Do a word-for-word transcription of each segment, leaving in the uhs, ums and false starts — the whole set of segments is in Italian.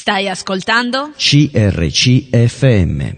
Stai ascoltando C R C F M.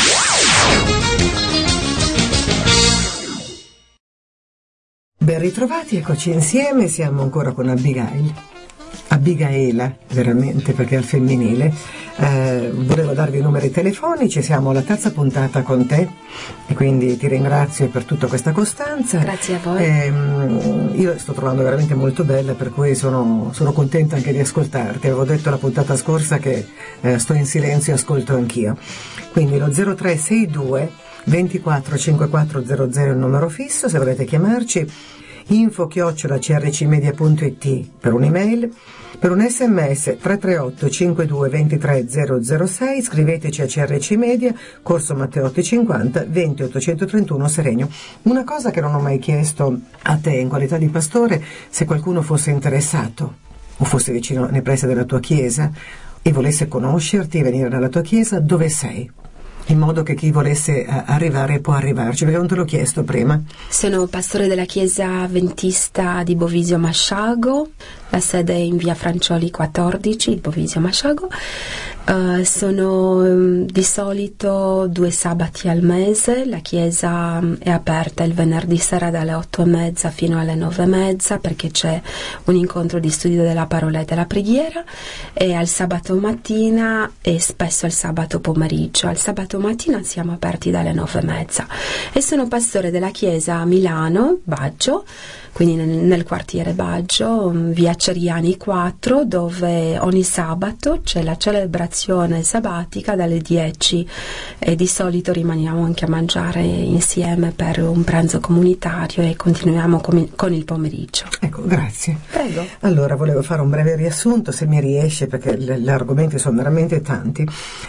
Ben ritrovati, eccoci insieme, siamo ancora con Abigail. Abigaela, veramente, perché è al femminile. Eh, volevo darvi i numeri telefonici, siamo alla terza puntata con te e quindi ti ringrazio per tutta questa costanza. Grazie a voi. Eh, io sto trovando veramente molto bella, per cui sono, sono contenta anche di ascoltarti. Avevo detto la puntata scorsa che eh, sto in silenzio e ascolto anch'io. Quindi lo zero tre sei due ventiquattro cinquantaquattro zero zero è il numero fisso, se volete chiamarci. Info chiocciola c r c media punto i t per un'email, per un sms tre tre otto cinquantadue ventitré zero zero sei, scriveteci a C R C Media, Corso Matteotti cinquanta, venti ottocentotrentuno Seregno. Una cosa che non ho mai chiesto a te in qualità di pastore, se qualcuno fosse interessato o fosse vicino nei pressi della tua chiesa e volesse conoscerti e venire nella tua chiesa, dove sei? In modo che chi volesse uh, arrivare può arrivarci, perché non te l'ho chiesto prima. Sono pastore della chiesa avventista di Bovisio Masciago, la sede è in via Francioli quattordici, Bovisio Masciago. Uh, sono um, di solito due sabati al mese, la chiesa um, è aperta il venerdì sera dalle otto e mezza fino alle nove e mezza perché c'è un incontro di studio della parola e della preghiera, e al sabato mattina e spesso al sabato pomeriggio. Al sabato mattina siamo aperti dalle nove e mezza e sono pastore della chiesa a Milano, Baggio, quindi nel, nel quartiere Baggio, via Ceriani quattro, dove ogni sabato c'è la celebrazione sabatica dalle dieci e di solito rimaniamo anche a mangiare insieme per un pranzo comunitario e continuiamo con, con il pomeriggio. Ecco, grazie. Prego. Allora, volevo fare un breve riassunto, se mi riesce, perché l- gli argomenti sono veramente tanti.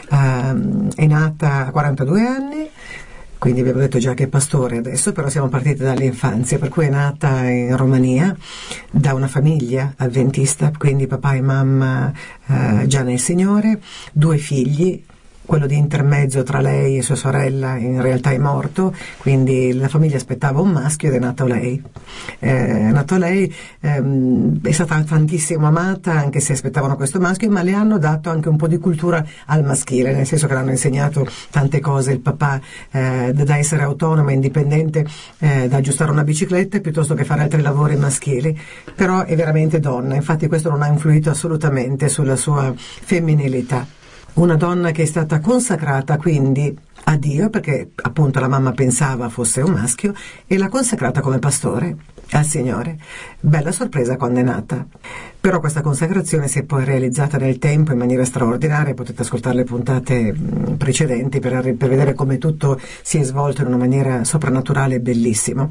Uh, è nata a quarantadue anni, quindi abbiamo detto già che è pastore adesso, però siamo partiti dall'infanzia, per cui è nata in Romania da una famiglia avventista, quindi papà e mamma eh, già nel Signore, due figli. Quello di intermezzo tra lei e sua sorella in realtà è morto, quindi la famiglia aspettava un maschio ed è nato lei. Eh, è nato lei, ehm, è stata tantissimo amata, anche se aspettavano questo maschio, ma le hanno dato anche un po' di cultura al maschile, nel senso che le hanno insegnato tante cose. Il papà eh, da essere autonoma, indipendente, eh, da aggiustare una bicicletta piuttosto che fare altri lavori maschili, però è veramente donna, infatti questo non ha influito assolutamente sulla sua femminilità. Una donna che è stata consacrata quindi a Dio, perché appunto la mamma pensava fosse un maschio, e l'ha consacrata come pastore al Signore. Bella sorpresa quando è nata. Però questa consacrazione si è poi realizzata nel tempo in maniera straordinaria, potete ascoltare le puntate precedenti per, per vedere come tutto si è svolto in una maniera soprannaturale e bellissima.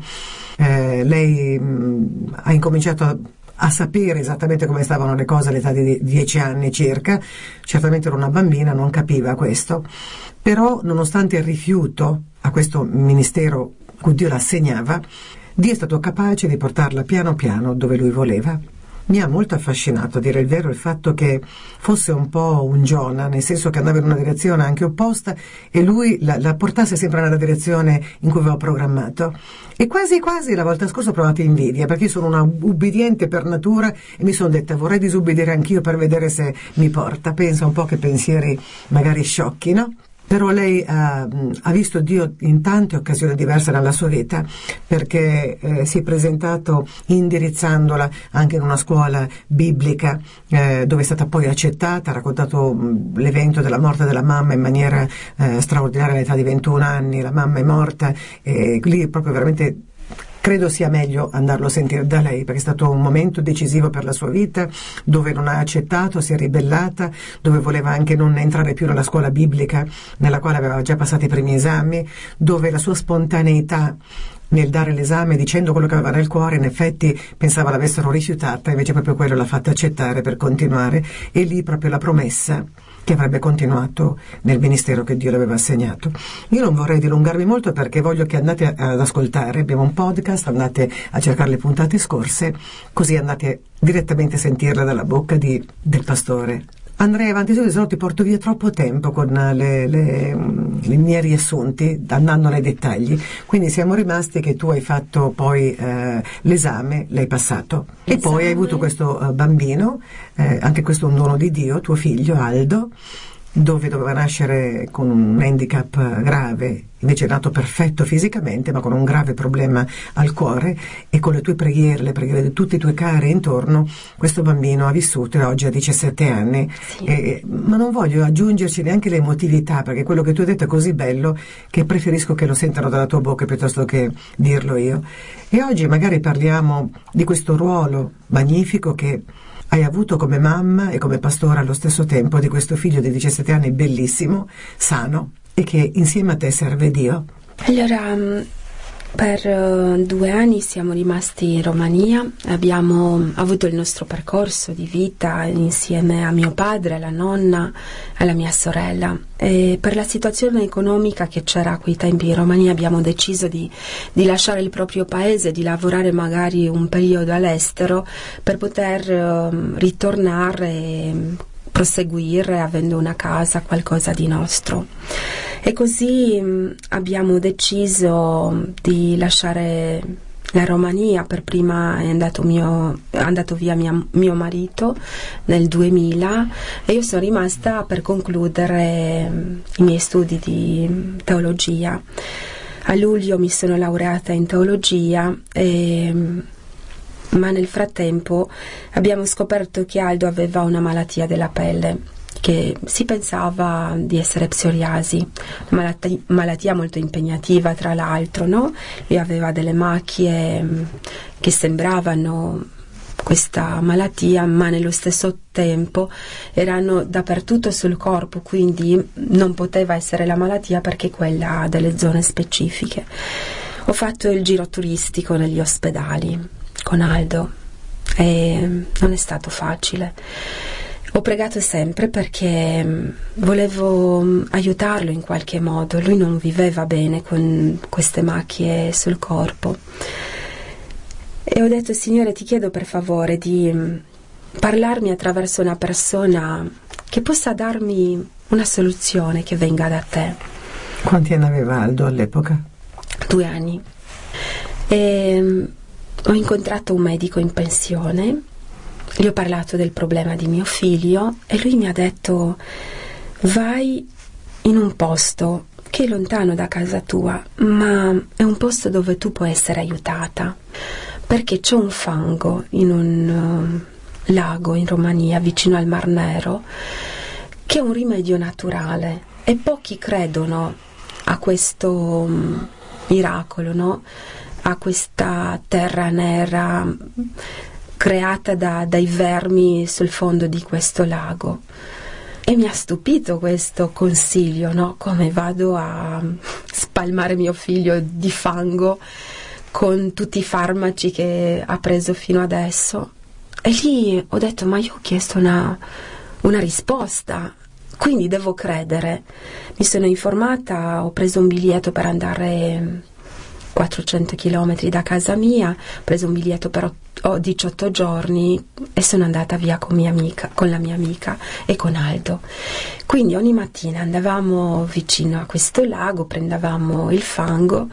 Eh, lei mh, ha incominciato a a sapere esattamente come stavano le cose all'età di dieci anni circa. Certamente era una bambina, non capiva questo, però nonostante il rifiuto a questo ministero cui Dio la assegnava, Dio è stato capace di portarla piano piano dove lui voleva. Mi ha molto affascinato, a dire il vero, il fatto che fosse un po' un Giona, nel senso che andava in una direzione anche opposta e lui la, la portasse sempre nella direzione in cui aveva programmato. E quasi quasi la volta scorsa ho provato invidia, perché io sono una ubbidiente per natura e mi sono detta vorrei disubbidire anch'io per vedere se mi porta. Pensa un po' che pensieri magari sciocchi, no? Però lei ha, ha visto Dio in tante occasioni diverse nella sua vita, perché eh, si è presentato indirizzandola anche in una scuola biblica eh, dove è stata poi accettata. Ha raccontato mh, l'evento della morte della mamma in maniera eh, straordinaria all'età di ventuno anni. La mamma è morta e lì proprio veramente credo sia meglio andarlo a sentire da lei, perché è stato un momento decisivo per la sua vita, dove non ha accettato, si è ribellata, dove voleva anche non entrare più nella scuola biblica nella quale aveva già passato i primi esami, dove la sua spontaneità nel dare l'esame dicendo quello che aveva nel cuore, in effetti pensava l'avessero rifiutata, invece proprio quello l'ha fatta accettare per continuare, e lì proprio la promessa che avrebbe continuato nel ministero che Dio le aveva assegnato. Io non vorrei dilungarmi molto perché voglio che andate ad ascoltare, abbiamo un podcast, andate a cercare le puntate scorse, così andate direttamente a sentirle dalla bocca di, del pastore andrei avanti subito, se no ti porto via troppo tempo con le, le, i miei riassunti, andando nei dettagli. Quindi siamo rimasti che tu hai fatto poi eh, l'esame, l'hai passato, l'esame. E poi hai avuto questo uh, bambino, eh, anche questo è un dono di Dio, tuo figlio Aldo, dove doveva nascere con un handicap grave, invece è nato perfetto fisicamente, ma con un grave problema al cuore, e con le tue preghiere, le preghiere di tutti i tuoi cari intorno, questo bambino ha vissuto e oggi ha diciassette anni. Sì. E, ma non voglio aggiungerci neanche l'emotività, perché quello che tu hai detto è così bello che preferisco che lo sentano dalla tua bocca piuttosto che dirlo io. E oggi magari parliamo di questo ruolo magnifico che hai avuto come mamma e come pastore allo stesso tempo di questo figlio di diciassette anni bellissimo, sano, e che insieme a te serve Dio. Allora, per uh, due anni siamo rimasti in Romania, abbiamo avuto il nostro percorso di vita insieme a mio padre, alla nonna, alla mia sorella, e per la situazione economica che c'era a quei tempi in Romania abbiamo deciso di, di lasciare il proprio paese, di lavorare magari un periodo all'estero per poter uh, ritornare e proseguire avendo una casa, qualcosa di nostro. E così mh, abbiamo deciso di lasciare la Romania. Per prima è andato, mio, è andato via mia, mio marito nel duemila e io sono rimasta per concludere mh, i miei studi di teologia. A luglio mi sono laureata in teologia e mh, ma nel frattempo abbiamo scoperto che Aldo aveva una malattia della pelle, che si pensava di essere psoriasi, una malattia, malattia molto impegnativa tra l'altro, no? Lui aveva delle macchie che sembravano questa malattia, ma nello stesso tempo erano dappertutto sul corpo, quindi non poteva essere la malattia perché quella ha delle zone specifiche. Ho fatto il giro turistico negli ospedali con Aldo e non è stato facile. Ho pregato sempre perché volevo aiutarlo in qualche modo. Lui non viveva bene con queste macchie sul corpo e ho detto: Signore, ti chiedo per favore di parlarmi attraverso una persona che possa darmi una soluzione che venga da te. Quanti anni aveva Aldo all'epoca? Due anni. E ho incontrato un medico in pensione, gli ho parlato del problema di mio figlio e lui mi ha detto: vai in un posto che è lontano da casa tua, ma è un posto dove tu puoi essere aiutata, perché c'è un fango in un uh, lago in Romania vicino al Mar Nero che è un rimedio naturale e pochi credono a questo um, miracolo, no? A questa terra nera creata da, dai vermi sul fondo di questo lago. E mi ha stupito questo consiglio, no? Come vado a spalmare mio figlio di fango con tutti i farmaci che ha preso fino adesso. E lì ho detto: ma io ho chiesto una, una risposta, quindi devo credere. Mi sono informata, ho preso un biglietto per andare quattrocento chilometri da casa mia, ho preso un biglietto per diciotto giorni e sono andata via con, mia amica, con la mia amica e con Aldo. Quindi ogni mattina andavamo vicino a questo lago, prendevamo il fango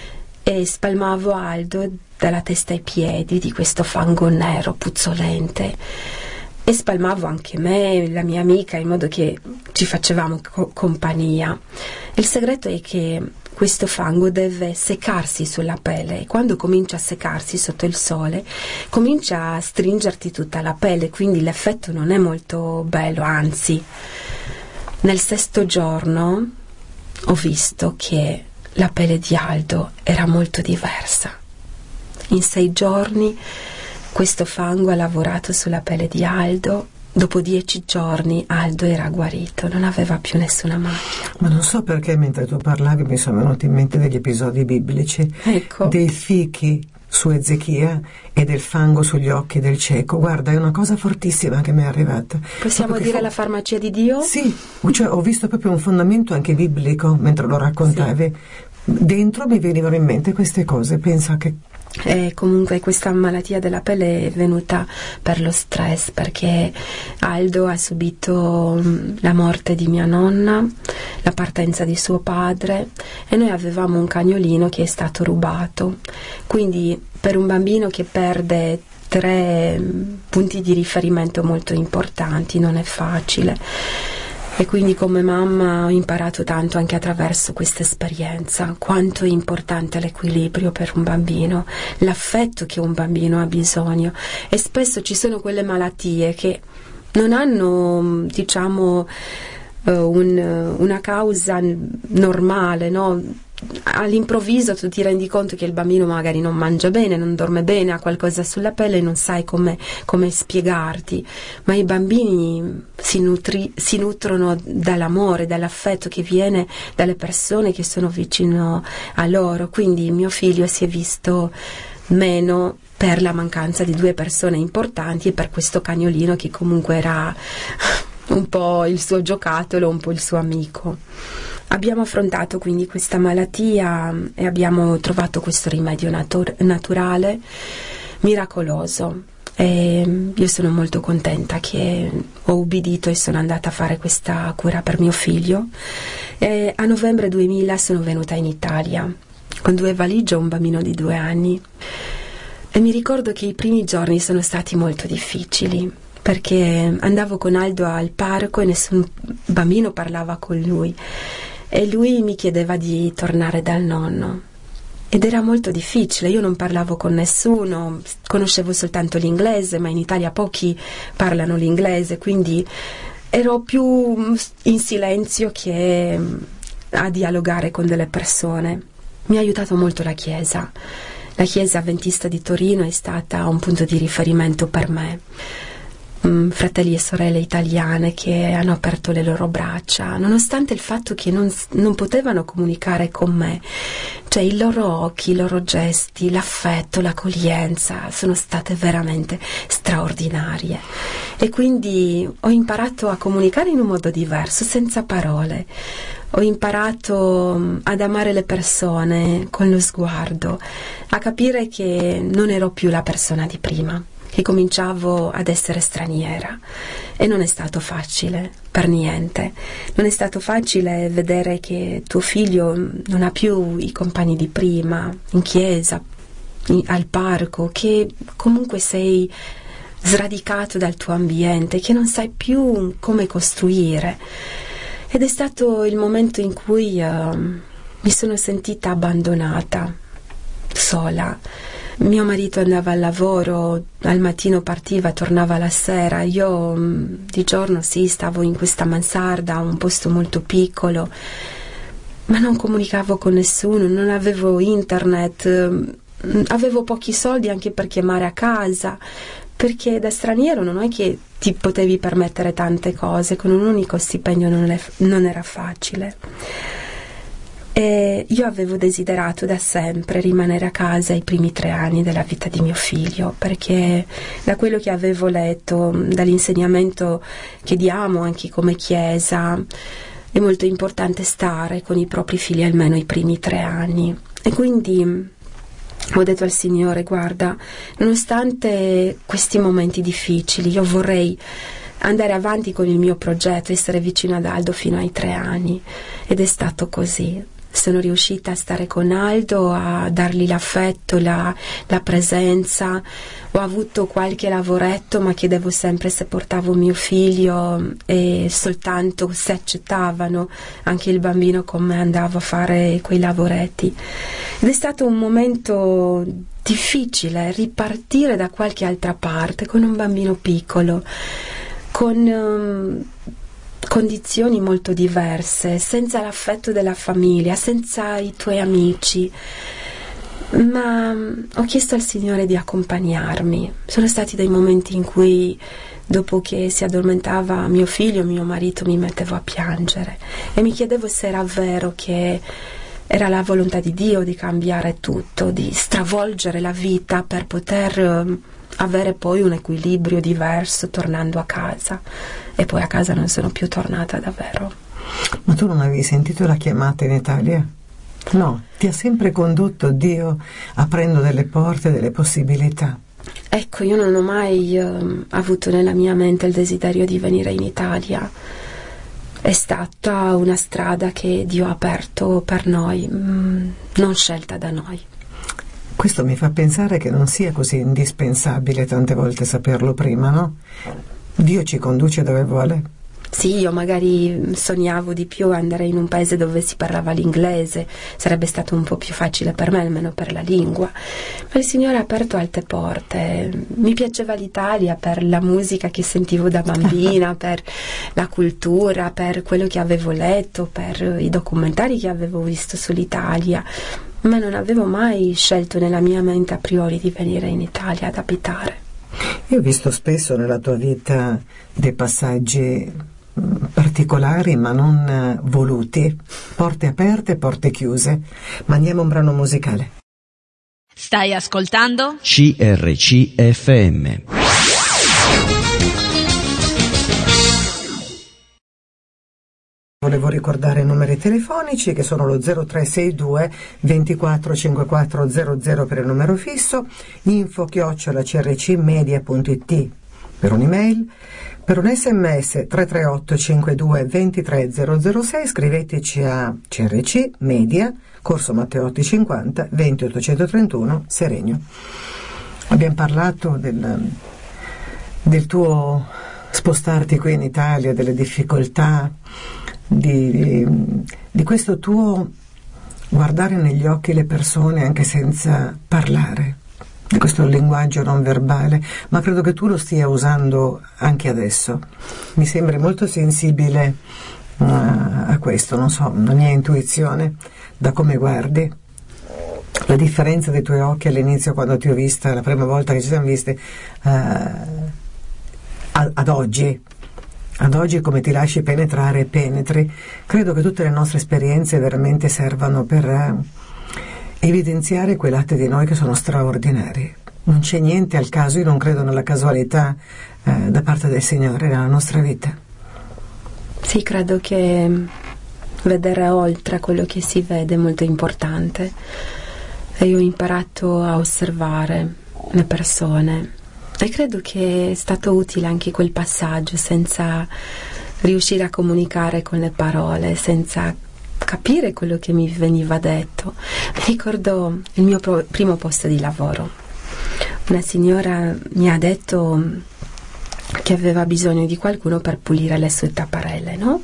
e spalmavo Aldo dalla testa ai piedi di questo fango nero puzzolente e spalmavo anche me e la mia amica in modo che ci facevamo co- compagnia. Il segreto è che questo fango deve seccarsi sulla pelle e quando comincia a seccarsi sotto il sole comincia a stringerti tutta la pelle, quindi l'effetto non è molto bello, anzi. Nel sesto giorno ho visto che la pelle di Aldo era molto diversa. In sei giorni questo fango ha lavorato sulla pelle di Aldo. Dopo dieci giorni Aldo era guarito, non aveva più nessuna macchia. Ma non so perché mentre tu parlavi mi sono venuti in mente degli episodi biblici, ecco, dei fichi su Ezechia e del fango sugli occhi del cieco. Guarda, è una cosa fortissima che mi è arrivata. Possiamo dire fu... la farmacia di Dio? Sì, cioè, ho visto proprio un fondamento anche biblico mentre lo raccontavi. Sì. Dentro mi venivano in mente queste cose, pensa che E comunque questa malattia della pelle è venuta per lo stress, perché Aldo ha subito la morte di mia nonna, la partenza di suo padre, e noi avevamo un cagnolino che è stato rubato. Quindi per un bambino che perde tre punti di riferimento molto importanti non è facile. E quindi come mamma ho imparato tanto anche attraverso questa esperienza, quanto è importante l'equilibrio per un bambino, l'affetto che un bambino ha bisogno. E spesso ci sono quelle malattie che non hanno, diciamo, un, una causa normale, no? All'improvviso tu ti rendi conto che il bambino magari non mangia bene, non dorme bene, ha qualcosa sulla pelle e non sai come, come spiegarti, ma i bambini si, nutri, si nutrono dall'amore, dall'affetto che viene dalle persone che sono vicino a loro. Quindi mio figlio si è visto meno per la mancanza di due persone importanti e per questo cagnolino che comunque era un po' il suo giocattolo, un po' il suo amico. Abbiamo affrontato quindi questa malattia e abbiamo trovato questo rimedio natur- naturale, miracoloso. E io sono molto contenta che ho ubbidito e sono andata a fare questa cura per mio figlio. E a novembre duemila sono venuta in Italia con due valigie e un bambino di due anni. E mi ricordo che i primi giorni sono stati molto difficili, perché andavo con Aldo al parco e nessun bambino parlava con lui. E lui mi chiedeva di tornare dal nonno ed era molto difficile, io non parlavo con nessuno, conoscevo soltanto l'inglese, ma in Italia pochi parlano l'inglese, quindi ero più in silenzio che a dialogare con delle persone. Mi ha aiutato molto la Chiesa, la Chiesa Adventista di Torino è stata un punto di riferimento per me. Fratelli e sorelle italiane che hanno aperto le loro braccia, nonostante il fatto che non, non potevano comunicare con me, cioè i loro occhi, i loro gesti, l'affetto, l'accoglienza sono state veramente straordinarie. E quindi ho imparato a comunicare in un modo diverso, senza parole. Ho imparato ad amare le persone con lo sguardo, a capire che non ero più la persona di prima, che cominciavo ad essere straniera. E non è stato facile, per niente. Non è stato facile vedere che tuo figlio non ha più i compagni di prima, in chiesa, in, al parco, che comunque sei sradicato dal tuo ambiente, che non sai più come costruire. Ed è stato il momento in cui uh, mi sono sentita abbandonata, sola. Mio marito andava al lavoro, al mattino partiva, tornava la sera. Io di giorno sì, stavo in questa mansarda, un posto molto piccolo, ma non comunicavo con nessuno, non avevo internet, avevo pochi soldi anche per chiamare a casa, perché da straniero non è che ti potevi permettere tante cose, con un unico stipendio non, è, non era facile. E io avevo desiderato da sempre rimanere a casa i primi tre anni della vita di mio figlio, perché da quello che avevo letto, dall'insegnamento che diamo anche come Chiesa, è molto importante stare con i propri figli almeno i primi tre anni. E quindi ho detto al Signore: guarda, nonostante questi momenti difficili, io vorrei andare avanti con il mio progetto, essere vicino ad Aldo fino ai tre anni. Ed è stato così. Sono riuscita a stare con Aldo, a dargli l'affetto, la, la presenza. Ho avuto qualche lavoretto, ma chiedevo sempre se portavo mio figlio e soltanto se accettavano anche il bambino con me, andavo a fare quei lavoretti. Ed è stato un momento difficile ripartire da qualche altra parte con un bambino piccolo, con um, condizioni molto diverse, senza l'affetto della famiglia, senza i tuoi amici. Ma ho chiesto al Signore di accompagnarmi. Sono stati dei momenti in cui, dopo che si addormentava mio figlio, mio marito, mi mettevo a piangere e mi chiedevo se era vero che era la volontà di Dio di cambiare tutto, di stravolgere la vita per poter avere poi un equilibrio diverso tornando a casa. E poi a casa non sono più tornata davvero. Ma tu non avevi sentito la chiamata in Italia? No, ti ha sempre condotto Dio aprendo delle porte, delle possibilità. Ecco, io non ho mai eh, avuto nella mia mente il desiderio di venire in Italia. È stata una strada che Dio ha aperto per noi, mh, non scelta da noi. Questo mi fa pensare che non sia così indispensabile tante volte saperlo prima, no? Dio ci conduce dove vuole. Sì, io magari sognavo di più andare in un paese dove si parlava l'inglese, sarebbe stato un po' più facile per me, almeno per la lingua. Ma il Signore ha aperto alte porte. Mi piaceva l'Italia per la musica che sentivo da bambina, per la cultura, per quello che avevo letto, per i documentari che avevo visto sull'Italia. Ma non avevo mai scelto nella mia mente a priori di venire in Italia ad abitare. Io ho visto spesso nella tua vita dei passaggi particolari ma non voluti, porte aperte, porte chiuse. Mandiamo un brano musicale. Stai ascoltando C R C F M. Volevo ricordare i numeri telefonici che sono lo zero tre sei due ventiquattro cinquantaquattro zero zero per il numero fisso, info chiocciola crcmedia punto it per un'email, per un sms tre tre otto cinque due due tre zero zero sei, scriveteci a crc media corso Matteotti cinquanta venti ottocentotrentuno Seregno. Abbiamo parlato del, del tuo spostarti qui in Italia, delle difficoltà, Di, di, di questo tuo guardare negli occhi le persone anche senza parlare, di questo linguaggio non verbale, ma credo che tu lo stia usando anche adesso. Mi sembri molto sensibile uh, a questo, non so, una mia intuizione da come guardi. La differenza dei tuoi occhi all'inizio, quando ti ho vista la prima volta che ci siamo viste, uh, ad oggi Ad oggi come ti lasci penetrare e penetri. Credo che tutte le nostre esperienze veramente servano per eh, evidenziare quei lati di noi che sono straordinari. Non c'è niente al caso, io non credo nella casualità eh, da parte del Signore nella nostra vita. Sì, credo che vedere oltre quello che si vede è molto importante. E io ho imparato a osservare le persone. E credo che è stato utile anche quel passaggio, senza riuscire a comunicare con le parole, senza capire quello che mi veniva detto. Ricordo il mio pro- primo posto di lavoro. Una signora mi ha detto che aveva bisogno di qualcuno per pulire le sue tapparelle, no?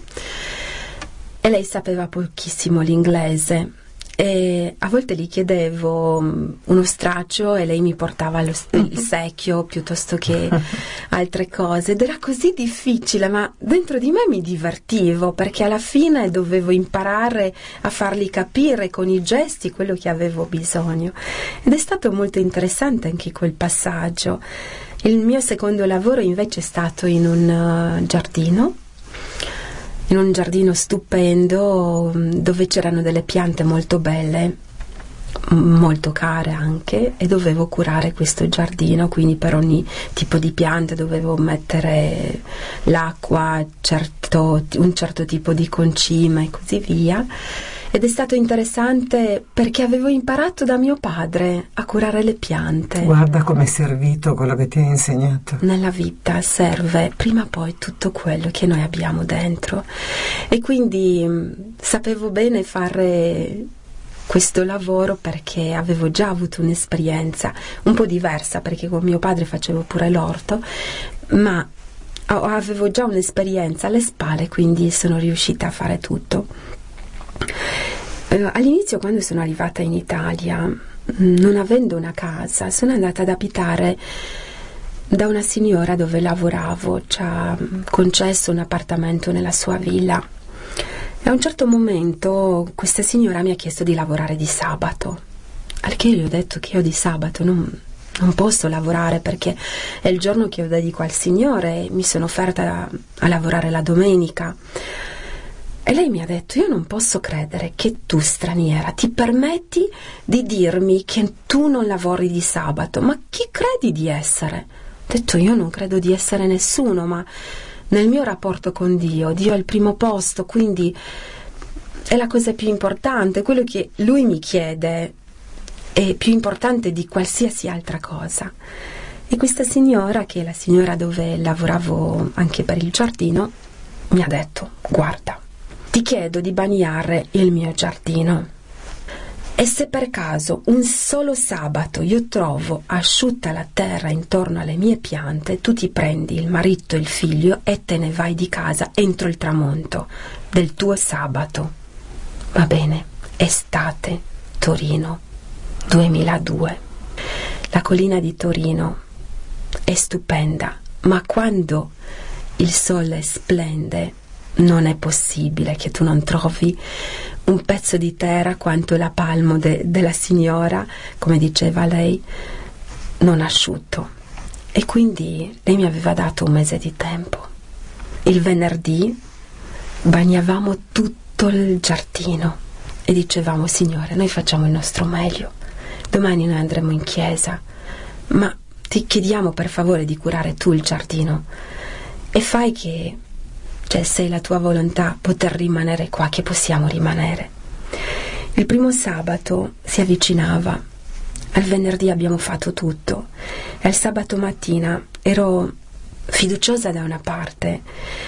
E lei sapeva pochissimo l'inglese. E a volte gli chiedevo uno straccio e lei mi portava lo, il secchio piuttosto che altre cose, ed era così difficile, ma dentro di me mi divertivo perché alla fine dovevo imparare a fargli capire con i gesti quello che avevo bisogno, ed è stato molto interessante anche quel passaggio. Il mio secondo lavoro invece è stato in un uh, giardino in un giardino stupendo dove c'erano delle piante molto belle, molto care anche, e dovevo curare questo giardino, quindi per ogni tipo di piante dovevo mettere l'acqua, certo, un certo tipo di concime e così via. Ed è stato interessante perché avevo imparato da mio padre a curare le piante. Guarda come è servito quello che ti ha insegnato. Nella vita serve prima o poi tutto quello che noi abbiamo dentro, e quindi mh, sapevo bene fare questo lavoro perché avevo già avuto un'esperienza un po' diversa, perché con mio padre facevo pure l'orto, ma avevo già un'esperienza alle spalle, quindi sono riuscita a fare tutto. Uh, all'inizio, quando sono arrivata in Italia, non avendo una casa, sono andata ad abitare da una signora dove lavoravo. Ci ha concesso un appartamento nella sua villa, e a un certo momento questa signora mi ha chiesto di lavorare di sabato, al che io gli ho detto che io di sabato non, non posso lavorare perché è il giorno che io dedico al Signore, e mi sono offerta a, a lavorare la domenica. E lei mi ha detto: io non posso credere che tu, straniera, ti permetti di dirmi che tu non lavori di sabato, ma chi credi di essere? Ho detto: io non credo di essere nessuno, ma nel mio rapporto con Dio, Dio è il primo posto, quindi è la cosa più importante, quello che lui mi chiede è più importante di qualsiasi altra cosa. E questa signora, che è la signora dove lavoravo anche per il giardino, mi ha detto: guarda, ti chiedo di bagnare il mio giardino, e se per caso un solo sabato io trovo asciutta la terra intorno alle mie piante, tu ti prendi il marito e il figlio e te ne vai di casa entro il tramonto del tuo sabato. Va bene. Estate, Torino, duemiladue. La collina di Torino è stupenda, ma quando il sole splende non è possibile che tu non trovi un pezzo di terra quanto la palmo de- della signora, come diceva lei, non asciutto. E quindi lei mi aveva dato un mese di tempo. Il venerdì bagnavamo tutto il giardino e dicevamo: Signore, noi facciamo il nostro meglio, domani noi andremo in chiesa, ma ti chiediamo per favore di curare tu il giardino e fai che, cioè, se è la tua volontà poter rimanere qua, che possiamo rimanere. Il primo sabato si avvicinava, al venerdì abbiamo fatto tutto e al sabato mattina ero fiduciosa da una parte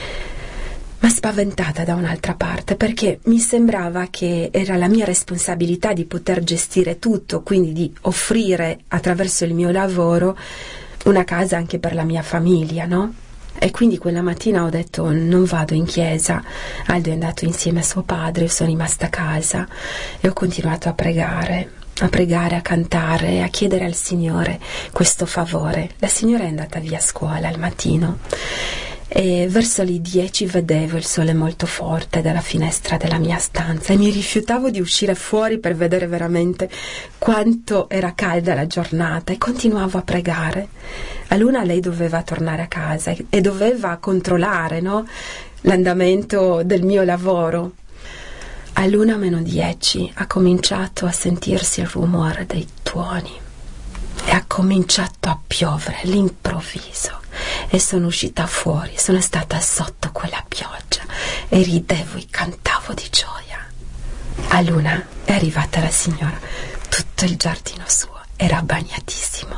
ma spaventata da un'altra parte, perché mi sembrava che era la mia responsabilità di poter gestire tutto, quindi di offrire attraverso il mio lavoro una casa anche per la mia famiglia, no? E quindi quella mattina ho detto: non vado in chiesa. Aldo è andato insieme a suo padre, io sono rimasta a casa e ho continuato a pregare, a pregare, a cantare, a chiedere al Signore questo favore. La signora è andata via a scuola al mattino e verso le dieci vedevo il sole molto forte dalla finestra della mia stanza e mi rifiutavo di uscire fuori per vedere veramente quanto era calda la giornata, e continuavo a pregare. A luna lei doveva tornare a casa e doveva controllare, no, l'andamento del mio lavoro. All'una meno dieci ha cominciato a sentirsi il rumore dei tuoni e ha cominciato a piovere all'improvviso, e sono uscita fuori, sono stata sotto quella pioggia e ridevo e cantavo di gioia. All'una è arrivata la signora, tutto il giardino suo era bagnatissimo.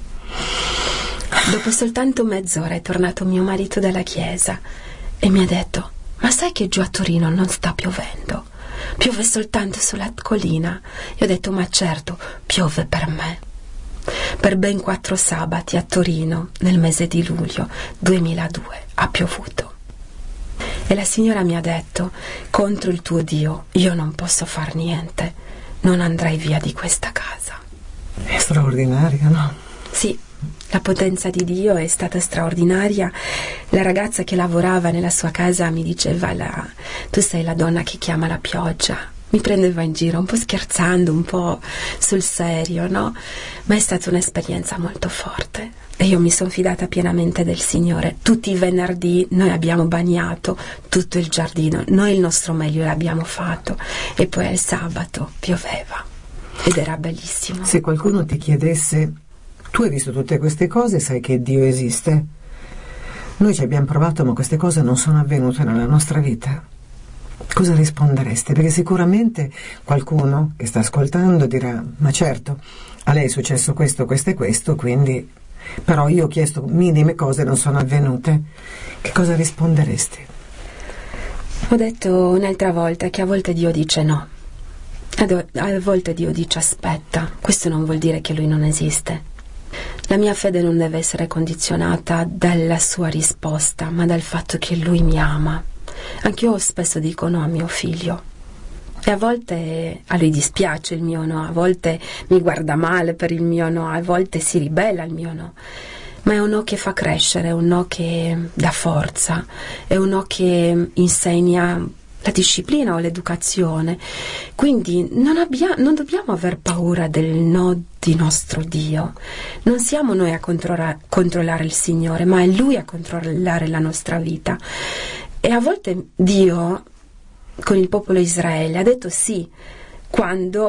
Dopo soltanto mezz'ora è tornato mio marito dalla chiesa e mi ha detto: ma sai che giù a Torino non sta piovendo? Piove soltanto sulla collina. Io ho detto: ma certo, piove per me. Per ben quattro sabati a Torino nel mese di luglio duemiladue ha piovuto. E la signora mi ha detto: contro il tuo Dio io non posso far niente, non andrai via di questa casa. È straordinaria, no? Sì, la potenza di Dio è stata straordinaria. La ragazza che lavorava nella sua casa mi diceva: la, tu sei la donna che chiama la pioggia. Mi prendeva in giro, un po' scherzando, un po' sul serio, no? Ma è stata un'esperienza molto forte e io mi sono fidata pienamente del Signore. Tutti i venerdì noi abbiamo bagnato tutto il giardino, noi il nostro meglio l'abbiamo fatto, e poi al sabato pioveva ed era bellissimo. Se qualcuno ti chiedesse: tu hai visto tutte queste cose, sai che Dio esiste? Noi ci abbiamo provato, ma queste cose non sono avvenute nella nostra vita. Cosa rispondereste? Perché sicuramente qualcuno che sta ascoltando dirà: ma certo, a lei è successo questo, questo e questo, quindi però io ho chiesto minime cose, non sono avvenute. Che cosa risponderesti? Ho detto un'altra volta che a volte Dio dice no, a volte Dio dice aspetta. Questo non vuol dire che Lui non esiste. La mia fede non deve essere condizionata dalla sua risposta, ma dal fatto che Lui mi ama. Anch'io spesso dico no a mio figlio e a volte a lui dispiace il mio no, a volte mi guarda male per il mio no, a volte si ribella al mio no, ma è un no che fa crescere, è un no che dà forza, è un no che insegna la disciplina o l'educazione. Quindi non, abbia, non dobbiamo aver paura del no di nostro Dio. Non siamo noi a controlla, controllare il Signore, ma è Lui a controllare la nostra vita. E a volte Dio con il popolo Israele ha detto sì quando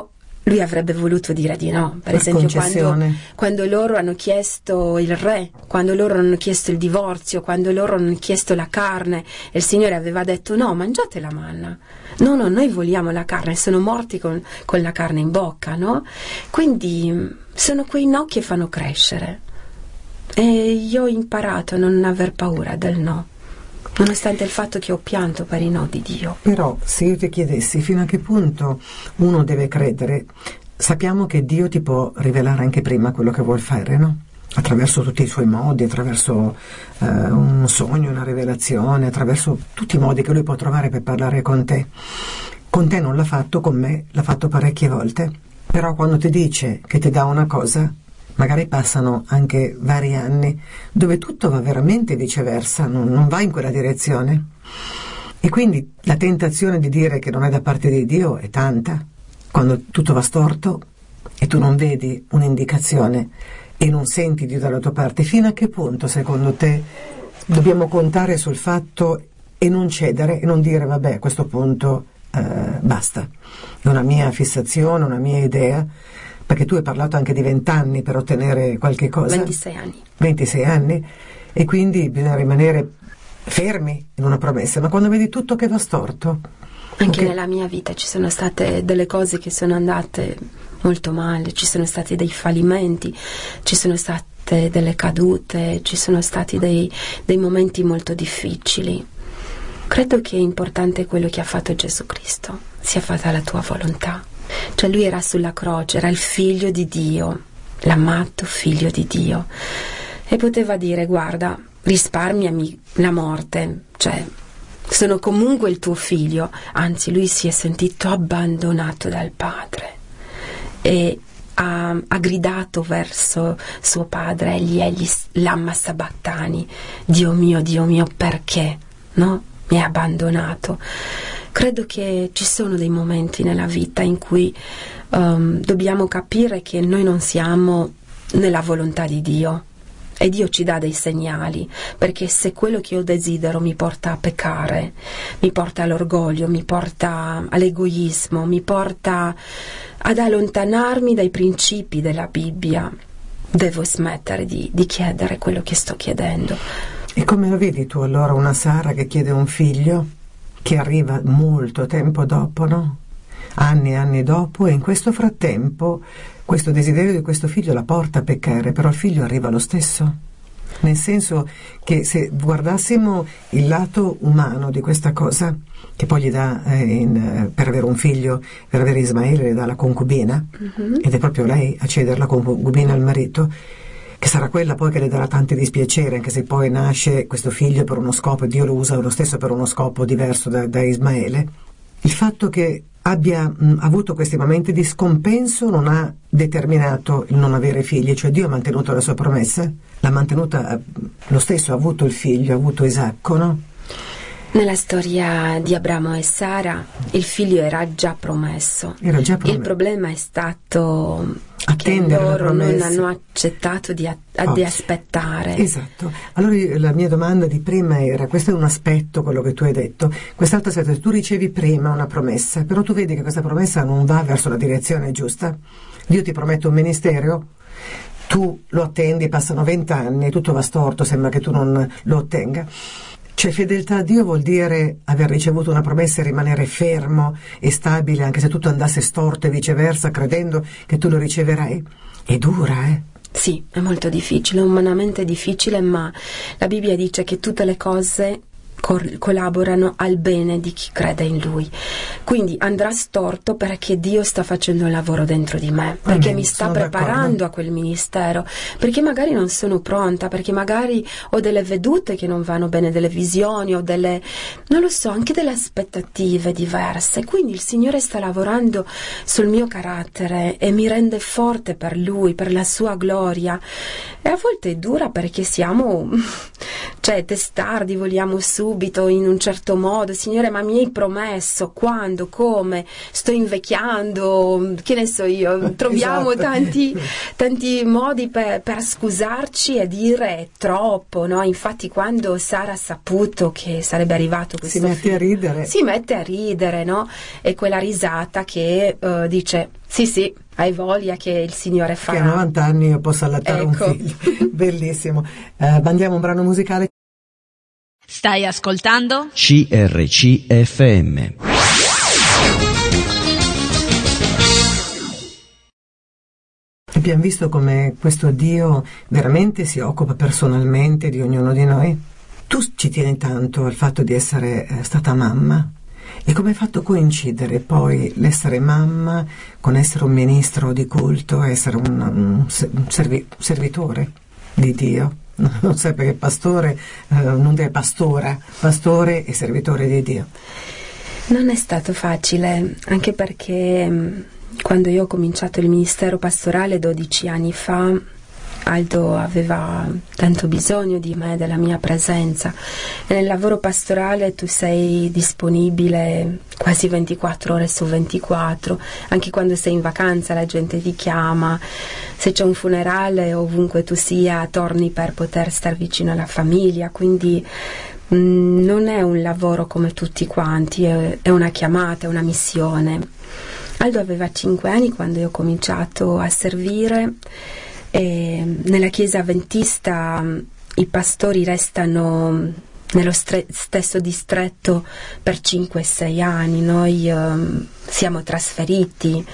lui avrebbe voluto dire di no. Per La esempio quando, concessione. quando loro hanno chiesto il re, quando loro hanno chiesto il divorzio, quando loro hanno chiesto la carne, e il Signore aveva detto no, mangiate la manna. No, no, noi vogliamo la carne, sono morti con, con la carne in bocca, no? Quindi sono quei no che fanno crescere. E io ho imparato a non aver paura del no, nonostante il fatto che ho pianto per i no di Dio. Però se io ti chiedessi fino a che punto uno deve credere, sappiamo che Dio ti può rivelare anche prima quello che vuol fare, no? Attraverso tutti i suoi modi, attraverso eh, un sogno, una rivelazione, attraverso tutti i modi che lui può trovare per parlare con te. Con te non l'ha fatto, con me l'ha fatto parecchie volte. Però quando ti dice che ti dà una cosa, magari passano anche vari anni dove tutto va veramente viceversa, non, non va in quella direzione. E quindi la tentazione di dire che non è da parte di Dio è tanta, quando tutto va storto e tu non vedi un'indicazione e non senti Dio dalla tua parte. Fino a che punto, secondo te, dobbiamo contare sul fatto e non cedere e non dire vabbè, a questo punto eh, basta, è una mia fissazione, una mia idea? Perché tu hai parlato anche di vent'anni per ottenere qualche cosa. ventisei anni. ventisei anni, e quindi bisogna rimanere fermi in una promessa. Ma quando vedi tutto che va storto... Anche okay. nella mia vita ci sono state delle cose che sono andate molto male, ci sono stati dei fallimenti, ci sono state delle cadute, ci sono stati dei, dei momenti molto difficili. Credo che è importante quello che ha fatto Gesù Cristo, sia fatta la tua volontà. Cioè lui era sulla croce, era il figlio di Dio, l'amato figlio di Dio, e poteva dire guarda, risparmiami la morte, cioè sono comunque il tuo figlio. Anzi, lui si è sentito abbandonato dal Padre e ha, ha gridato verso suo padre, egli egli lamma sabattani, Dio mio, Dio mio, perché no? Mi hai abbandonato. Credo che ci sono dei momenti nella vita in cui um, dobbiamo capire che noi non siamo nella volontà di Dio, e Dio ci dà dei segnali, perché se quello che io desidero mi porta a peccare, mi porta all'orgoglio, mi porta all'egoismo, mi porta ad allontanarmi dai principi della Bibbia, devo smettere di, di chiedere quello che sto chiedendo. E come lo vedi tu allora una Sara che chiede un figlio, che arriva molto tempo dopo, no? Anni e anni dopo, e in questo frattempo questo desiderio di questo figlio la porta a peccare, però il figlio arriva lo stesso. Nel senso che se guardassimo il lato umano di questa cosa, che poi gli dà eh, in, per avere un figlio, per avere Ismaele le dà la concubina, mm-hmm. ed è proprio lei a cedere la concubina al marito, che sarà quella poi che le darà tanti dispiaceri, anche se poi nasce questo figlio per uno scopo, e Dio lo usa lo stesso per uno scopo diverso da, da Ismaele. Il fatto che abbia mh, avuto questi momenti di scompenso non ha determinato il non avere figli, cioè Dio ha mantenuto la sua promessa, l'ha mantenuta lo stesso, ha avuto il figlio, ha avuto Isacco, no? Nella storia di Abramo e Sara il figlio era già promesso. Era già promesso. Il problema è stato attendere che loro la non promessa. hanno accettato di, a- oh. di aspettare. Esatto. Allora la mia domanda di prima era, questo è un aspetto, quello che tu hai detto, quest'altro aspetto, tu ricevi prima una promessa, però tu vedi che questa promessa non va verso la direzione giusta. Dio ti promette un ministero, tu lo attendi, passano vent'anni, tutto va storto, sembra che tu non lo ottenga. Cioè fedeltà a Dio vuol dire aver ricevuto una promessa e rimanere fermo e stabile anche se tutto andasse storto e viceversa, credendo che tu lo riceverai. È dura, eh? Sì, è molto difficile, umanamente difficile, ma la Bibbia dice che tutte le cose cor- collaborano al bene di chi crede in Lui. Quindi andrà storto perché Dio sta facendo il lavoro dentro di me, perché Amen, mi sta sono preparando d'accordo. a quel ministero, perché magari non sono pronta, perché magari ho delle vedute che non vanno bene, delle visioni, ho delle, non lo so, anche delle aspettative diverse. Quindi il Signore sta lavorando sul mio carattere e mi rende forte per Lui, per la sua gloria. E a volte è dura perché siamo, cioè, testardi, vogliamo su, subito in un certo modo, Signore, ma mi hai promesso, quando, come, sto invecchiando, che ne so io, troviamo esatto. tanti, tanti modi per, per scusarci e dire è troppo, no? Infatti quando Sara ha saputo che sarebbe arrivato questo si mette figlio, a ridere, si mette a ridere, no? E quella risata che uh, dice sì sì, hai voglia che il Signore farà. che a novanta anni io posso allattare Ecco. un figlio. Bellissimo. Eh, mandiamo un brano musicale. Stai ascoltando? C R C F M. Abbiamo visto come questo Dio veramente si occupa personalmente di ognuno di noi. Tu ci tieni tanto al fatto di essere eh, stata mamma, e come hai fatto coincidere poi l'essere mamma con essere un ministro di culto, essere un, un servi, servitore di Dio? Non sai perché pastore, eh, non è pastora, pastore e servitore di Dio. Non è stato facile, anche perché mh, quando io ho cominciato il ministero pastorale dodici anni fa, Aldo aveva tanto bisogno di me, della mia presenza, e nel lavoro pastorale tu sei disponibile quasi ventiquattro ore su ventiquattro, anche quando sei in vacanza la gente ti chiama, se c'è un funerale ovunque tu sia torni per poter star vicino alla famiglia, quindi mh, non è un lavoro come tutti quanti, è, è una chiamata, è una missione. Aldo aveva cinque anni quando io ho cominciato a servire. E nella chiesa avventista i pastori restano nello stre- stesso distretto per cinque sei anni. Noi um, siamo trasferiti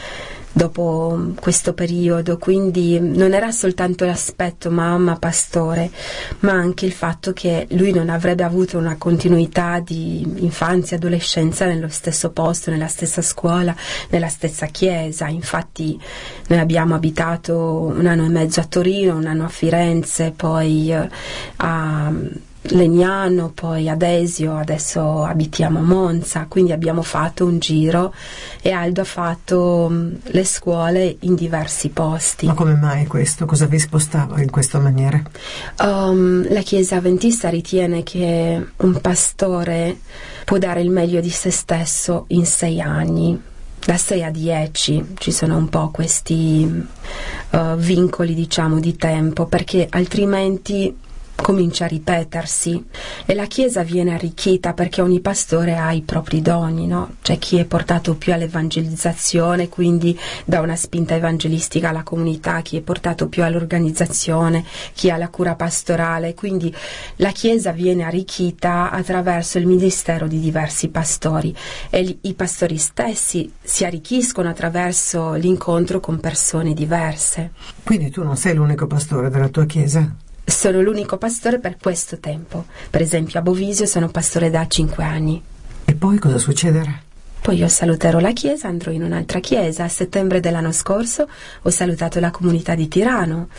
dopo questo periodo, quindi non era soltanto l'aspetto mamma pastore, ma anche il fatto che lui non avrebbe avuto una continuità di infanzia e adolescenza nello stesso posto, nella stessa scuola, nella stessa chiesa. Infatti noi abbiamo abitato un anno e mezzo a Torino, un anno a Firenze, poi eh, a Legnano, poi ad Esio, adesso abitiamo a Monza, quindi abbiamo fatto un giro e Aldo ha fatto mh, le scuole in diversi posti. Ma come mai questo? Cosa vi spostava in questa maniera? Um, la Chiesa Avventista ritiene che un pastore può dare il meglio di se stesso in sei anni. Da sei a dieci ci sono un po' questi uh, vincoli, diciamo, di tempo, perché altrimenti comincia a ripetersi e la Chiesa viene arricchita perché ogni pastore ha i propri doni, no? C'è chi è portato più all'evangelizzazione, quindi dà una spinta evangelistica alla comunità, chi è portato più all'organizzazione, chi ha la cura pastorale, quindi la Chiesa viene arricchita attraverso il ministero di diversi pastori e li, i pastori stessi si arricchiscono attraverso l'incontro con persone diverse. Quindi tu non sei l'unico pastore della tua Chiesa? Sono l'unico pastore per questo tempo. Per esempio a Bovisio sono pastore da cinque anni. E poi cosa succederà? Poi io saluterò la chiesa, andrò in un'altra chiesa. A settembre dell'anno scorso ho salutato la comunità di Tirano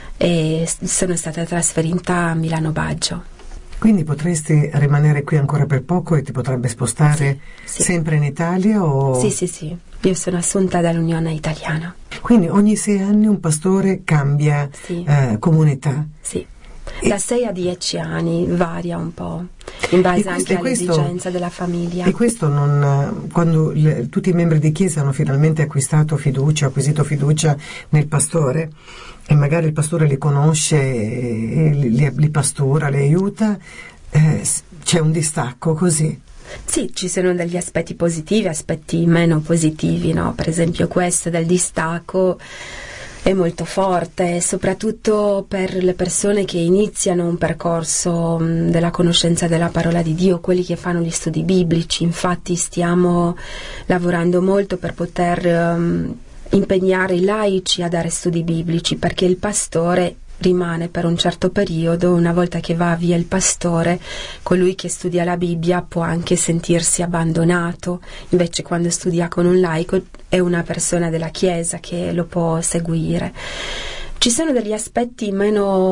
e sono stata trasferita a Milano Baggio. Quindi potresti rimanere qui ancora per poco e ti potrebbe spostare sì, sì. sempre in Italia? O... Sì, sì, sì. Io sono assunta dall'Unione Italiana. Quindi ogni sei anni un pastore cambia sì. eh, comunità? Sì. Da sei a dieci anni varia un po', in base questo, anche all'esigenza questo, della famiglia. E questo non, quando le, tutti i membri di chiesa hanno finalmente acquistato fiducia, acquisito fiducia nel pastore, e magari il pastore li conosce, e li, li pastora, li aiuta, eh, c'è un distacco così. Sì, ci sono degli aspetti positivi, aspetti meno positivi, no? Per esempio questo del distacco è molto forte, soprattutto per le persone che iniziano un percorso mh, della conoscenza della parola di Dio, quelli che fanno gli studi biblici. Infatti stiamo lavorando molto per poter um, impegnare i laici a dare studi biblici, perché il pastore rimane per un certo periodo. Una volta che va via il pastore, colui che studia la Bibbia può anche sentirsi abbandonato, invece quando studia con un laico è una persona della Chiesa che lo può seguire. Ci sono degli aspetti meno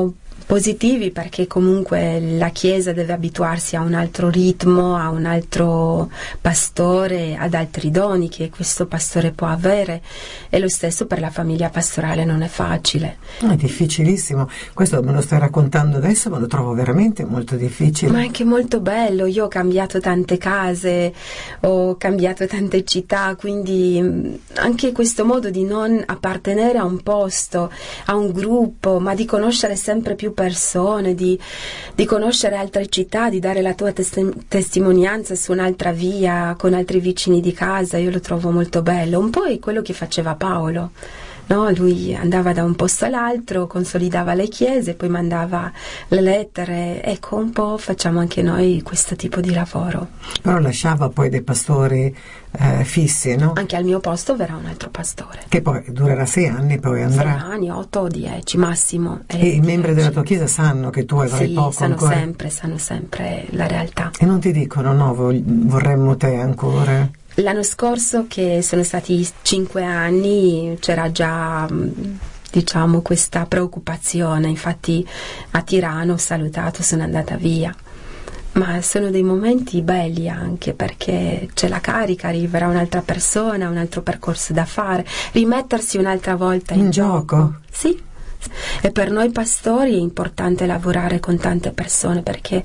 positivi, perché comunque la Chiesa deve abituarsi a un altro ritmo, a un altro pastore, ad altri doni che questo pastore può avere, e lo stesso per la famiglia pastorale non è facile. È difficilissimo, questo me lo stai raccontando adesso, ma lo trovo veramente molto difficile. Ma è anche molto bello. Io ho cambiato tante case, ho cambiato tante città, quindi anche questo modo di non appartenere a un posto, a un gruppo, ma di conoscere sempre più persone, di, di conoscere altre città, di dare la tua testi- testimonianza su un'altra via, con altri vicini di casa, io lo trovo molto bello. Un po' è quello che faceva Paolo, no? Lui andava da un posto all'altro, consolidava le chiese, poi mandava le lettere. Ecco, un po' facciamo anche noi questo tipo di lavoro. Però lasciava poi dei pastori eh, fissi, no? Anche al mio posto verrà un altro pastore. Che poi durerà sei anni, poi andrà. Sei anni, otto o dieci massimo. E i membri della tua chiesa sanno che tu avrai sì, poco sanno ancora? sempre, sanno sempre la realtà. E non ti dicono, no, vorremmo te ancora? L'anno scorso, che sono stati cinque anni, c'era già, diciamo, questa preoccupazione. Infatti a Tirano ho salutato, sono andata via. Ma sono dei momenti belli anche, perché c'è la carica, arriverà un'altra persona, un altro percorso da fare, rimettersi un'altra volta in, in gioco. gioco. Sì. E per noi pastori è importante lavorare con tante persone, perché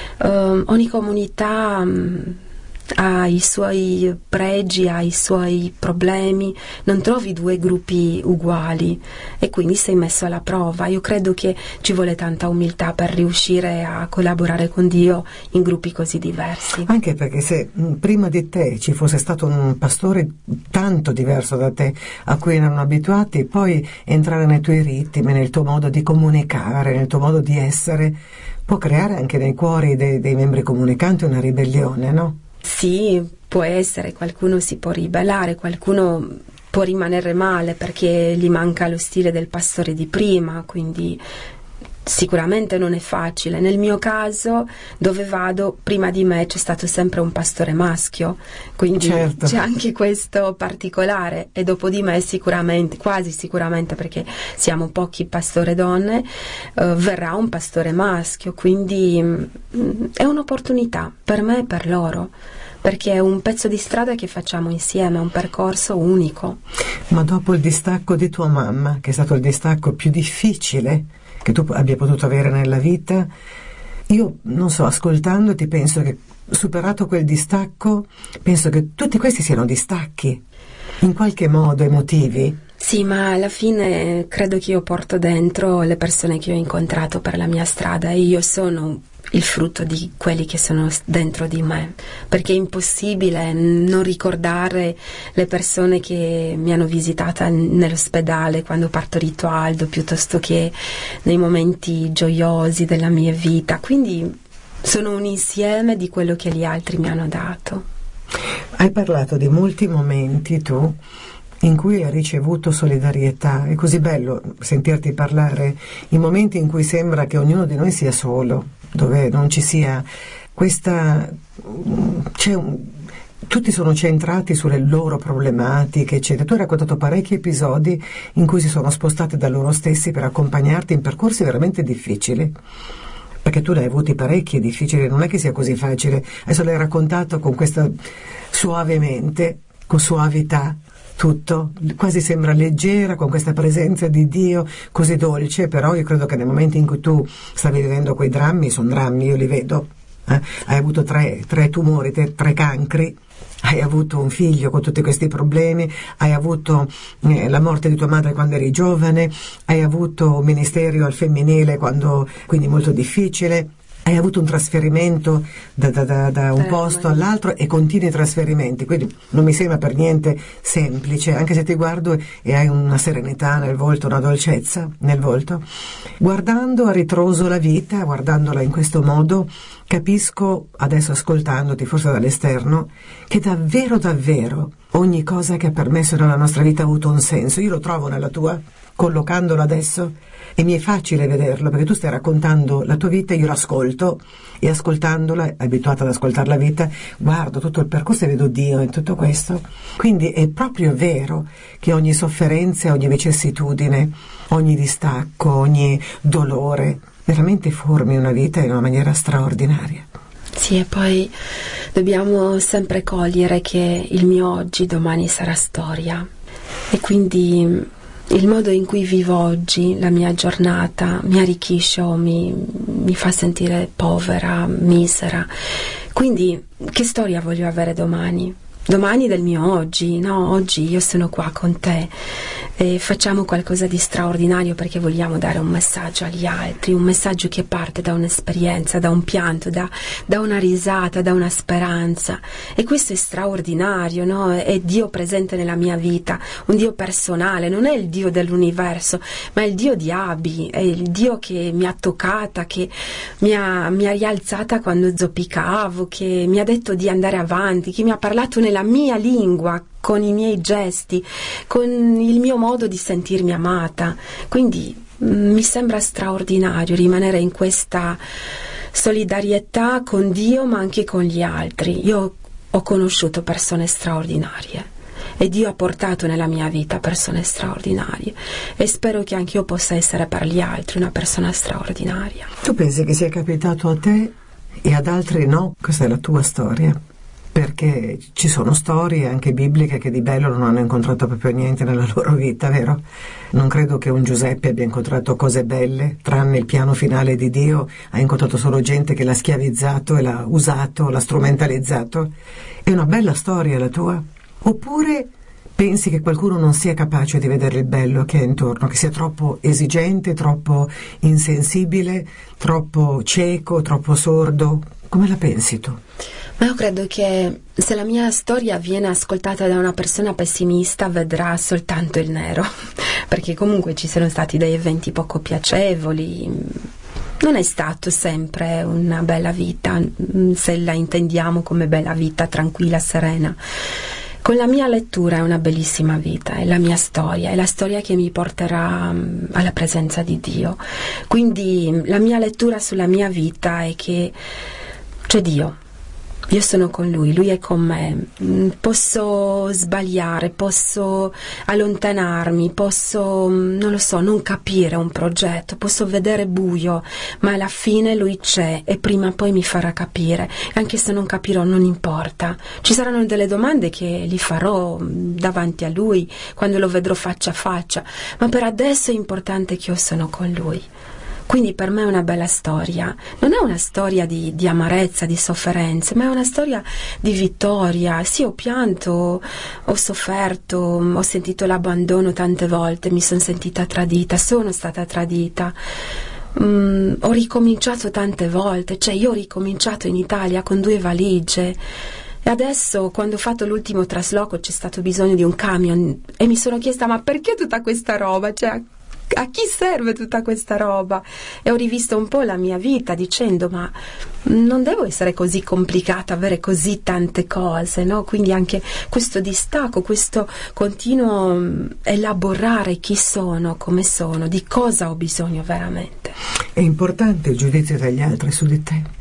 um, ogni comunità um, ha i suoi pregi, ha i suoi problemi, non trovi due gruppi uguali e quindi sei messo alla prova. Io credo che ci vuole tanta umiltà per riuscire a collaborare con Dio in gruppi così diversi. Anche perché se mh, prima di te ci fosse stato un pastore tanto diverso da te, a cui erano abituati, poi entrare nei tuoi ritmi, nel tuo modo di comunicare, nel tuo modo di essere, può creare anche nei cuori dei, dei membri comunicanti una ribellione, no? Sì, può essere, qualcuno si può ribellare, qualcuno può rimanere male perché gli manca lo stile del pastore di prima, quindi sicuramente non è facile. Nel mio caso, dove vado, prima di me c'è stato sempre un pastore maschio, quindi certo. C'è anche questo particolare, e dopo di me sicuramente, quasi sicuramente, perché siamo pochi pastore donne, eh, verrà un pastore maschio, quindi mh, è un'opportunità per me e per loro, perché è un pezzo di strada che facciamo insieme, è un percorso unico. Ma dopo il distacco di tua mamma, che è stato il distacco più difficile che tu abbia potuto avere nella vita, io non so, ascoltandoti penso che, superato quel distacco, penso che tutti questi siano distacchi in qualche modo emotivi. Sì, ma alla fine credo che io porto dentro le persone che ho incontrato per la mia strada, e io sono il frutto di quelli che sono dentro di me, perché è impossibile non ricordare le persone che mi hanno visitata nell'ospedale quando ho partorito Aldo, piuttosto che nei momenti gioiosi della mia vita. Quindi sono un insieme di quello che gli altri mi hanno dato. Hai parlato di molti momenti tu in cui hai ricevuto solidarietà. È così bello sentirti parlare in momenti in cui sembra che ognuno di noi sia solo, dove non ci sia questa, c'è un, tutti sono centrati sulle loro problematiche, eccetera. Tu hai raccontato parecchi episodi in cui si sono spostati da loro stessi per accompagnarti in percorsi veramente difficili, perché tu ne hai avuti parecchi difficili, non è che sia così facile. Adesso l'hai raccontato con questa suavemente, con suavità, tutto, quasi sembra leggera, con questa presenza di Dio così dolce, però io credo che nel momento in cui tu stavi vivendo quei drammi, sono drammi, io li vedo, eh? Hai avuto tre, tre tumori, tre, tre cancri, hai avuto un figlio con tutti questi problemi, hai avuto eh, la morte di tua madre quando eri giovane, hai avuto un ministero al femminile quando, quindi molto difficile, hai avuto un trasferimento da, da, da, da un eh, posto ma... all'altro e continui trasferimenti, quindi non mi sembra per niente semplice, anche se ti guardo e hai una serenità nel volto, una dolcezza nel volto. Guardando a ritroso la vita, guardandola in questo modo, capisco, adesso ascoltandoti forse dall'esterno, che davvero davvero ogni cosa che ha permesso nella nostra vita ha avuto un senso. Io lo trovo nella tua, collocandolo adesso, e mi è facile vederlo, perché tu stai raccontando la tua vita, io l'ascolto, e ascoltandola, abituata ad ascoltare la vita, guardo tutto il percorso e vedo Dio in tutto questo. Quindi è proprio vero che ogni sofferenza, ogni vicissitudine, ogni distacco, ogni dolore veramente formi una vita in una maniera straordinaria. Sì, e poi dobbiamo sempre cogliere che il mio oggi domani sarà storia, e quindi il modo in cui vivo oggi, la mia giornata, mi arricchisce o mi, mi fa sentire povera, misera. Quindi che storia voglio avere domani? Domani del mio oggi, no? Oggi io sono qua con te e facciamo qualcosa di straordinario perché vogliamo dare un messaggio agli altri, un messaggio che parte da un'esperienza, da un pianto, da, da una risata, da una speranza, e questo è straordinario, no? È Dio presente nella mia vita, un Dio personale, non è il Dio dell'universo, ma è il Dio di Abi, è il Dio che mi ha toccata, che mi ha, mi ha rialzata quando zoppicavo, che mi ha detto di andare avanti, che mi ha parlato nella mia lingua, con i miei gesti, con il mio modo di sentirmi amata. Quindi mh, mi sembra straordinario rimanere in questa solidarietà con Dio, ma anche con gli altri. Io ho conosciuto persone straordinarie e Dio ha portato nella mia vita persone straordinarie, e spero che anche io possa essere per gli altri una persona straordinaria. Tu pensi che sia capitato a te e ad altri no? Questa è la tua storia. Perché ci sono storie anche bibliche che di bello non hanno incontrato proprio niente nella loro vita, vero? Non credo che un Giuseppe abbia incontrato cose belle, tranne il piano finale di Dio. Ha incontrato solo gente che l'ha schiavizzato e l'ha usato, l'ha strumentalizzato. È una bella storia la tua? Oppure pensi che qualcuno non sia capace di vedere il bello che è intorno, che sia troppo esigente, troppo insensibile, troppo cieco, troppo sordo? Come la pensi tu? Ma io credo che se la mia storia viene ascoltata da una persona pessimista vedrà soltanto il nero, perché comunque ci sono stati dei eventi poco piacevoli, non è stato sempre una bella vita, se la intendiamo come bella vita, tranquilla, serena. Con la mia lettura è una bellissima vita, è la mia storia, è la storia che mi porterà alla presenza di Dio. Quindi la mia lettura sulla mia vita è che c'è Dio. Io sono con Lui, Lui è con me, posso sbagliare, posso allontanarmi, posso, non lo so, non capire un progetto, posso vedere buio, ma alla fine Lui c'è e prima o poi mi farà capire, anche se non capirò non importa. Ci saranno delle domande che gli farò davanti a Lui quando lo vedrò faccia a faccia, ma per adesso è importante che io sono con Lui. Quindi per me è una bella storia, non è una storia di, di amarezza, di sofferenze, ma è una storia di vittoria. Sì, ho pianto, ho sofferto, ho sentito l'abbandono tante volte, mi sono sentita tradita, sono stata tradita. Mm, ho ricominciato tante volte, cioè io ho ricominciato in Italia con due valigie. E adesso, quando ho fatto l'ultimo trasloco, c'è stato bisogno di un camion e mi sono chiesta: ma perché tutta questa roba? Cioè, a chi serve tutta questa roba? E ho rivisto un po' la mia vita dicendo: ma non devo essere così complicata, avere così tante cose, no? Quindi anche questo distacco, questo continuo elaborare chi sono, come sono, di cosa ho bisogno veramente. È importante il giudizio degli altri su di te?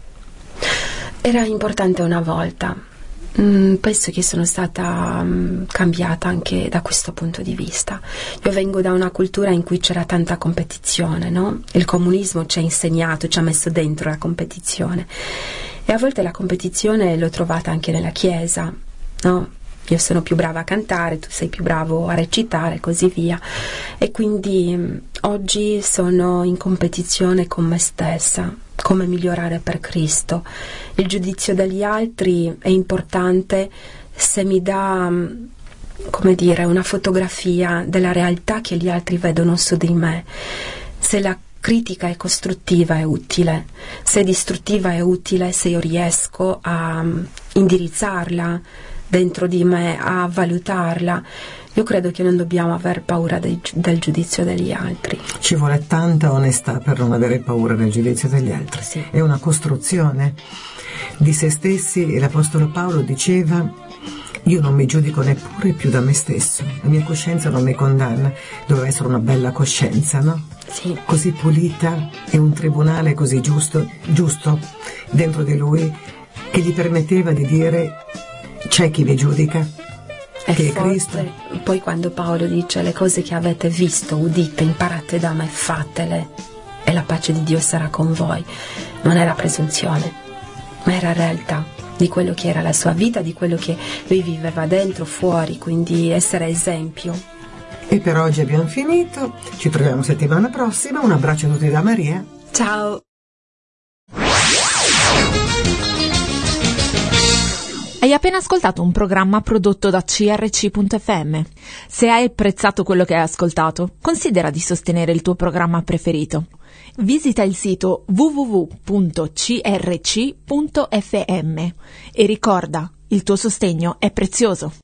Era importante una volta. Mm, penso che sono stata um, cambiata anche da questo punto di vista. Io vengo da una cultura in cui c'era tanta competizione, no? Il comunismo ci ha insegnato, ci ha messo dentro la competizione, e a volte la competizione l'ho trovata anche nella chiesa, no? Io sono più brava a cantare, tu sei più bravo a recitare e così via, e quindi um, oggi sono in competizione con me stessa, come migliorare per Cristo. Il giudizio degli altri è importante se mi dà, come dire, una fotografia della realtà che gli altri vedono su di me. Se la critica è costruttiva è utile, se è distruttiva è utile se io riesco a indirizzarla dentro di me, a valutarla. Io credo che non dobbiamo aver paura dei, del giudizio degli altri. Ci vuole tanta onestà per non avere paura del giudizio degli altri. Sì. È una costruzione di se stessi, e l'Apostolo Paolo diceva: io non mi giudico neppure più da me stesso, la mia coscienza non mi condanna. Doveva essere una bella coscienza, no? Sì. Così pulita, e un tribunale così giusto, giusto dentro di lui, che gli permetteva di dire: c'è chi vi giudica, È che è forte. Cristo. Poi quando Paolo dice: le cose che avete visto, udite, imparate da me, fatele. e la pace di Dio sarà con voi. Non era presunzione, ma era realtà di quello che era la sua vita, di quello che lui viveva dentro, fuori, quindi essere esempio. E per oggi abbiamo finito, ci troviamo settimana prossima, un abbraccio a tutti da Maria. Ciao! Hai appena ascoltato un programma prodotto da C R C punto F M. Se hai apprezzato quello che hai ascoltato, considera di sostenere il tuo programma preferito. Visita il sito w w w punto c r c punto f m e ricorda, il tuo sostegno è prezioso.